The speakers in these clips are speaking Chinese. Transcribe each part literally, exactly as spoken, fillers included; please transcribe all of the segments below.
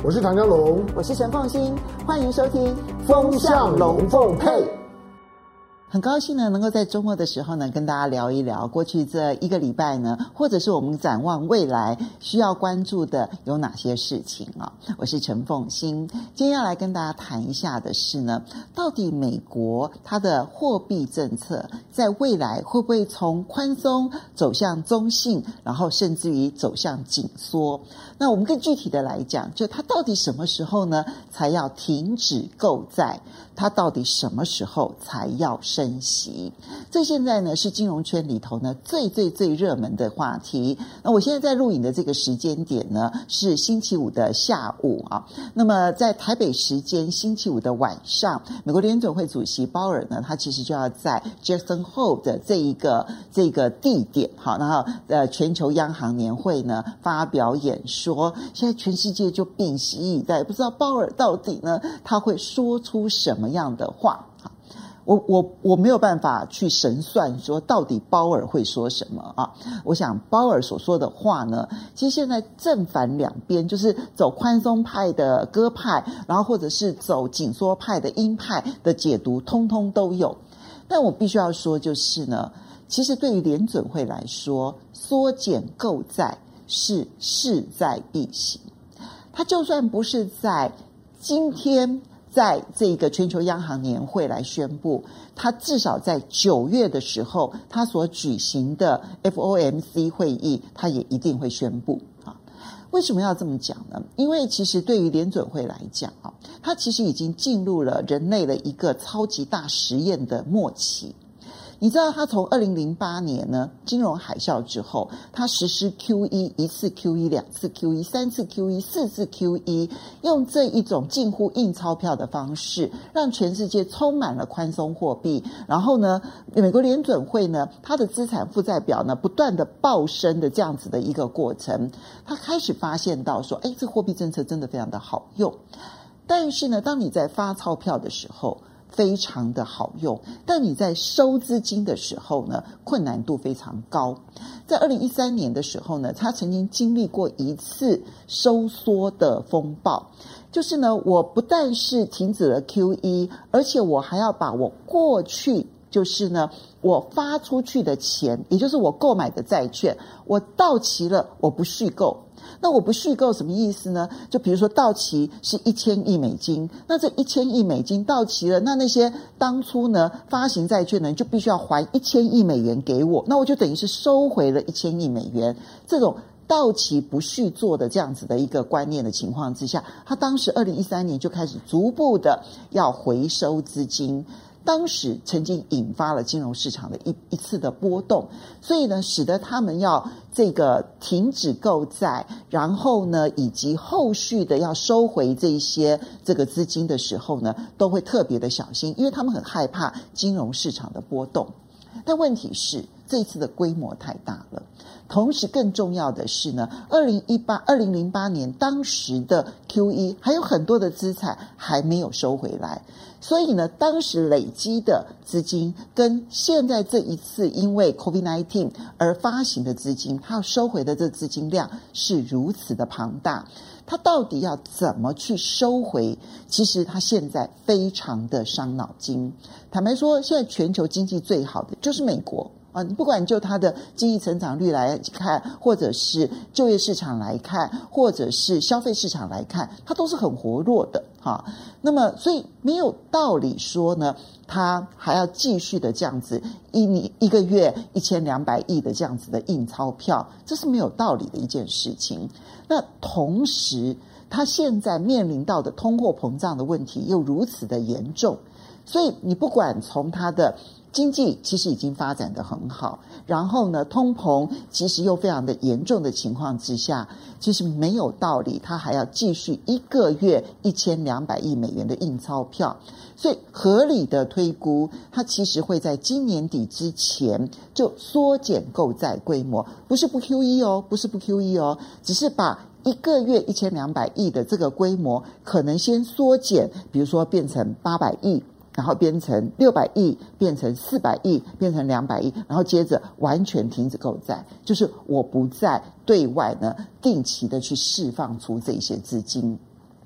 我是唐湘龙， 我是陈凤馨，欢迎收听风向龙凤配。 很高兴呢，能够在周末的时候呢，跟大家聊一聊过去这一个礼拜呢，或者是我们展望未来需要关注的有哪些事情啊？我是陈凤馨，今天要来跟大家谈一下的是呢，到底美国它的货币政策在未来会不会从宽松走向中性，然后甚至于走向紧缩？那我们更具体的来讲，就它到底什么时候呢才要停止购债？它到底什么时候才要升息？这现在呢是金融圈里头呢最最最热门的话题。那我现在在录影的这个时间点呢是星期五的下午啊。那么在台北时间星期五的晚上，美国联准会主席鲍尔呢，他其实就要在 Jackson Hole 的这一个这个地点，好，然后呃全球央行年会呢发表演说。现在全世界就屏息以待，不知道鲍尔到底呢他会说出什么样的话。我我我没有办法去神算说到底鲍尔会说什么啊？我想鲍尔所说的话呢，其实现在正反两边，就是走宽松派的鸽派，然后或者是走紧缩派的鹰派的解读，通通都有。但我必须要说，就是呢，其实对于联准会来说，缩减购债是势在必行。它就算不是在今天在这个全球央行年会来宣布，他至少在九月的时候，他所举行的 F O M C 会议，他也一定会宣布啊。为什么要这么讲呢？因为其实对于联准会来讲啊，它其实已经进入了人类的一个超级大实验的末期。你知道他从二零零八年呢金融海啸之后，他实施 Q E， 一次 Q E， 两次 Q E， 三次 Q E， 四次 Q E， 用这一种近乎印钞票的方式，让全世界充满了宽松货币。然后呢，美国联准会呢，它的资产负债表呢不断的暴升的这样子的一个过程，他开始发现到说，哎，这货币政策真的非常的好用。但是呢，当你在发钞票的时候，非常的好用，但你在收资金的时候呢，困难度非常高。在二零一三年的时候呢，他曾经经历过一次收缩的风暴，就是呢，我不但是停止了 Q E， 而且我还要把我过去就是呢，我发出去的钱，也就是我购买的债券，我到期了，我不续购。那我不续购什么意思呢？就比如说到期是一千亿美金，那这一千亿美金到期了，那那些当初呢发行债券呢就必须要还一千亿美元给我，那我就等于是收回了一千亿美元。这种到期不续做的这样子的一个观念的情况之下，他当时二零一三年就开始逐步的要回收资金。当时曾经引发了金融市场的一一次的波动，所以呢，使得他们要这个停止购债，然后呢，以及后续的要收回这一些这个资金的时候呢，都会特别的小心，因为他们很害怕金融市场的波动。但问题是，这一次的规模太大了。同时更重要的是呢，二零一八、二零零八年当时的 Q E 还有很多的资产还没有收回来，所以呢，当时累积的资金跟现在这一次因为 COVID 十九 而发行的资金，它要收回的这资金量是如此的庞大。他到底要怎么去收回？其实他现在非常的伤脑筋。坦白说，现在全球经济最好的就是美国啊，你不管就它的经济成长率来看，或者是就业市场来看，或者是消费市场来看，它都是很活络的哈。那么，所以没有道理说呢，它还要继续的这样子一年一个月一千两百亿的这样子的印钞票，这是没有道理的一件事情。那同时，它现在面临到的通货膨胀的问题又如此的严重，所以你不管从它的经济其实已经发展得很好，然后呢，通膨其实又非常的严重的情况之下，其实没有道理它还要继续一个月一千两百亿美元的印钞票。所以合理的推估，它其实会在今年底之前就缩减购债规模，不是不 Q E 哦，不是不 Q E 哦，只是把一个月一千两百亿的这个规模可能先缩减，比如说变成八百亿，然后变成六百亿，变成四百亿，变成两百亿，然后接着完全停止购债，就是我不再对外呢定期的去释放出这些资金。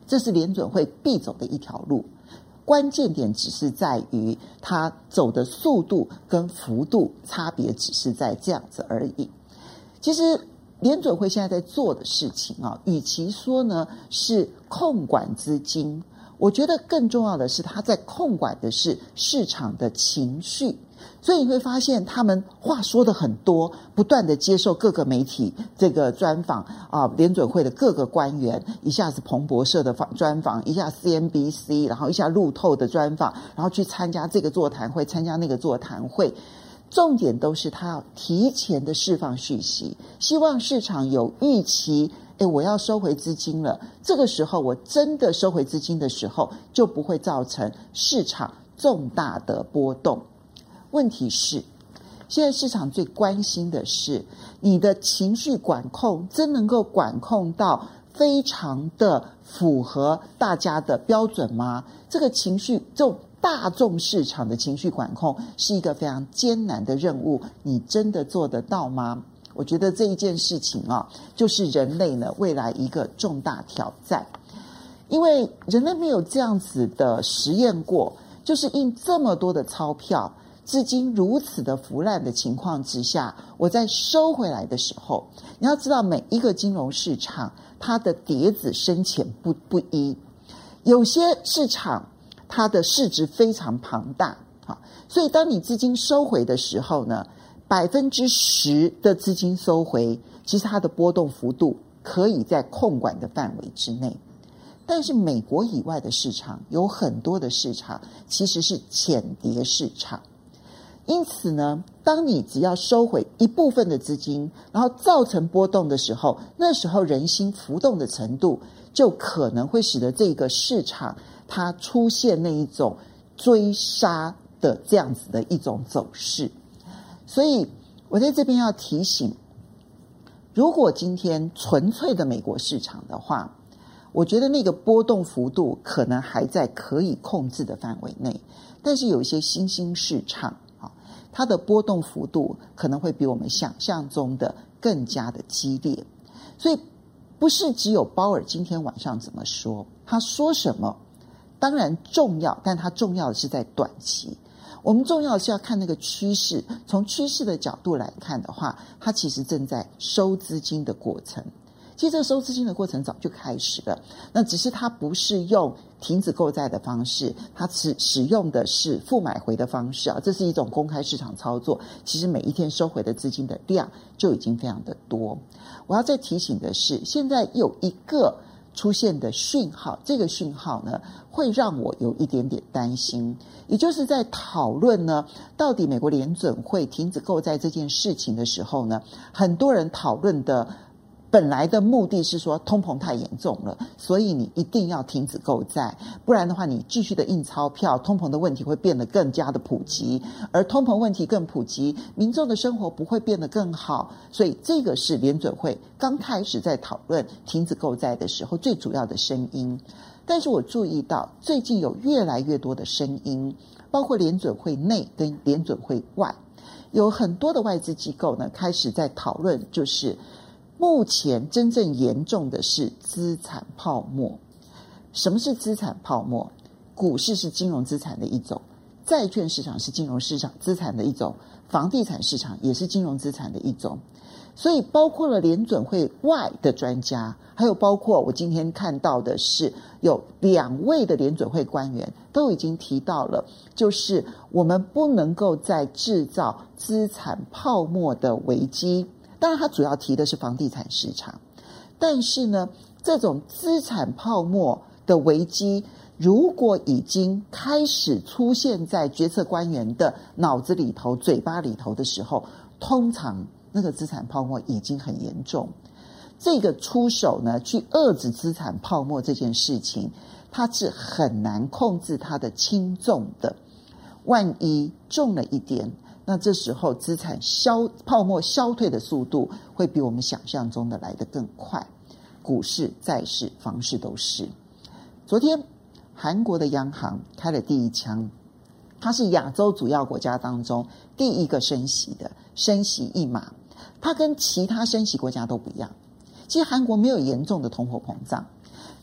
这是联准会必走的一条路。关键点只是在于它走的速度跟幅度差别，只是在这样子而已。其实联准会现在在做的事情啊，与其说呢是控管资金，我觉得更重要的是他在控管的是市场的情绪。所以你会发现他们话说的很多，不断的接受各个媒体这个专访啊，联准会的各个官员，一下子彭博社的专访，一下 C N B C， 然后一下路透的专访，然后去参加这个座谈会，参加那个座谈会。重点都是他要提前的释放讯息，希望市场有预期，诶，我要收回资金了，这个时候我真的收回资金的时候，就不会造成市场重大的波动。问题是，现在市场最关心的是你的情绪管控真能够管控到非常的符合大家的标准吗？这个情绪，这种大众市场的情绪管控是一个非常艰难的任务，你真的做得到吗？我觉得这一件事情啊，就是人类呢未来一个重大挑战，因为人类没有这样子的实验过，就是印这么多的钞票，资金如此的腐烂的情况之下，我在收回来的时候，你要知道每一个金融市场它的碟子深浅不不一，有些市场它的市值非常庞大，所以当你资金收回的时候呢，百分之十的资金收回，其实它的波动幅度可以在控管的范围之内。但是美国以外的市场有很多的市场其实是浅碟市场，因此呢，当你只要收回一部分的资金，然后造成波动的时候，那时候人心浮动的程度就可能会使得这个市场它出现那一种追杀的这样子的一种走势。所以我在这边要提醒，如果今天纯粹的美国市场的话，我觉得那个波动幅度可能还在可以控制的范围内，但是有一些新兴市场它的波动幅度可能会比我们想象中的更加的激烈。所以不是只有鲍尔今天晚上怎么说，他说什么当然重要，但他重要的是在短期，我们重要的是要看那个趋势，从趋势的角度来看的话，它其实正在收资金的过程。其实这个收资金的过程早就开始了，那只是它不是用停止购债的方式，它使使用的是负买回的方式啊，这是一种公开市场操作。其实每一天收回的资金的量就已经非常的多。我要再提醒的是，现在有一个出现的讯号，这个讯号呢会让我有一点点担心，也就是在讨论呢，到底美国联准会停止购债这件事情的时候呢，很多人讨论的本来的目的是说通膨太严重了，所以你一定要停止购债，不然的话你继续的印钞票，通膨的问题会变得更加的普及，而通膨问题更普及，民众的生活不会变得更好。所以这个是联准会刚开始在讨论停止购债的时候最主要的声音。但是我注意到最近有越来越多的声音，包括联准会内跟联准会外，有很多的外资机构呢开始在讨论，就是目前真正严重的是资产泡沫。什么是资产泡沫？股市是金融资产的一种，债券市场是金融市场资产的一种，房地产市场也是金融资产的一种。所以包括了联准会外的专家，还有包括我今天看到的是有两位的联准会官员都已经提到了，就是我们不能够再制造资产泡沫的危机。当然他主要提的是房地产市场，但是呢，这种资产泡沫的危机如果已经开始出现在决策官员的脑子里头、嘴巴里头的时候，通常那个资产泡沫已经很严重。这个出手呢，去遏制资产泡沫这件事情，它是很难控制它的轻重的。万一重了一点，那这时候资产消泡沫消退的速度会比我们想象中的来得更快。股市、债市、房市都是。昨天韩国的央行开了第一枪，它是亚洲主要国家当中第一个升息的，升息一码。它跟其他升息国家都不一样。其实韩国没有严重的通货膨胀，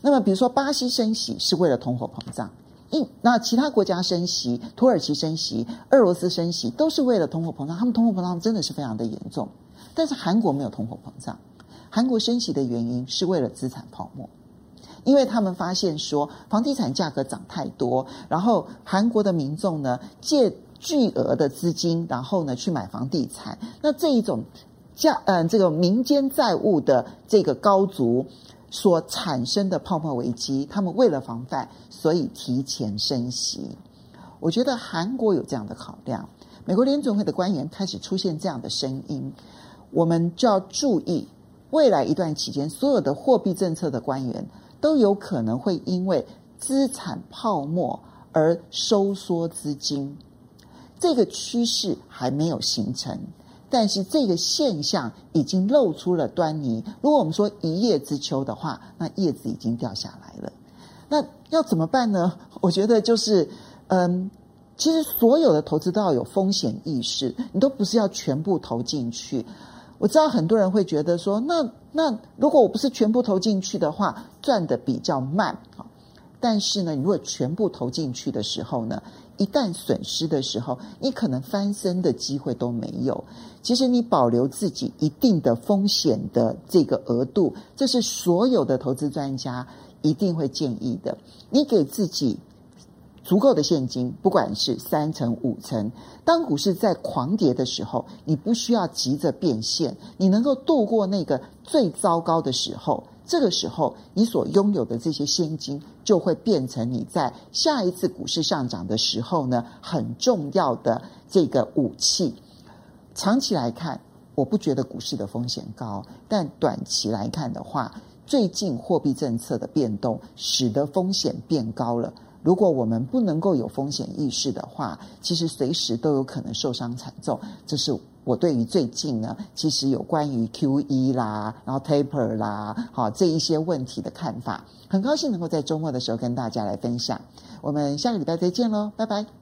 那么比如说巴西升息是为了通货膨胀，印那其他国家升息，土耳其升息，俄罗斯升息，都是为了通货膨胀，他们通货膨胀真的是非常的严重。但是韩国没有通货膨胀，韩国升息的原因是为了资产泡沫，因为他们发现说房地产价格涨太多，然后韩国的民众呢借巨额的资金，然后呢去买房地产，那这一种价呃这个民间债务的这个高筑所产生的泡沫危机，他们为了防范，所以提前升息。我觉得韩国有这样的考量，美国联准会的官员开始出现这样的声音，我们就要注意未来一段期间所有的货币政策的官员都有可能会因为资产泡沫而收缩资金，这个趋势还没有形成，但是这个现象已经露出了端倪。如果我们说一叶知秋的话，那叶子已经掉下来了。那要怎么办呢？我觉得就是嗯，其实所有的投资都要有风险意识，你都不是要全部投进去。我知道很多人会觉得说，那那如果我不是全部投进去的话，赚得比较慢。但是呢，你如果全部投进去的时候呢，一旦损失的时候，你可能翻身的机会都没有。其实你保留自己一定的风险的这个额度，这是所有的投资专家一定会建议的。你给自己足够的现金，不管是三成五成，当股市在狂跌的时候，你不需要急着变现，你能够度过那个最糟糕的时候，这个时候你所拥有的这些现金就会变成你在下一次股市上涨的时候呢很重要的这个武器。长期来看，我不觉得股市的风险高，但短期来看的话，最近货币政策的变动使得风险变高了。如果我们不能够有风险意识的话，其实随时都有可能受伤惨重。这是我对于最近呢，其实有关于 Q E 啦，然后 taper 啦，好这一些问题的看法。很高兴能够在周末的时候跟大家来分享。我们下个礼拜再见咯，拜拜。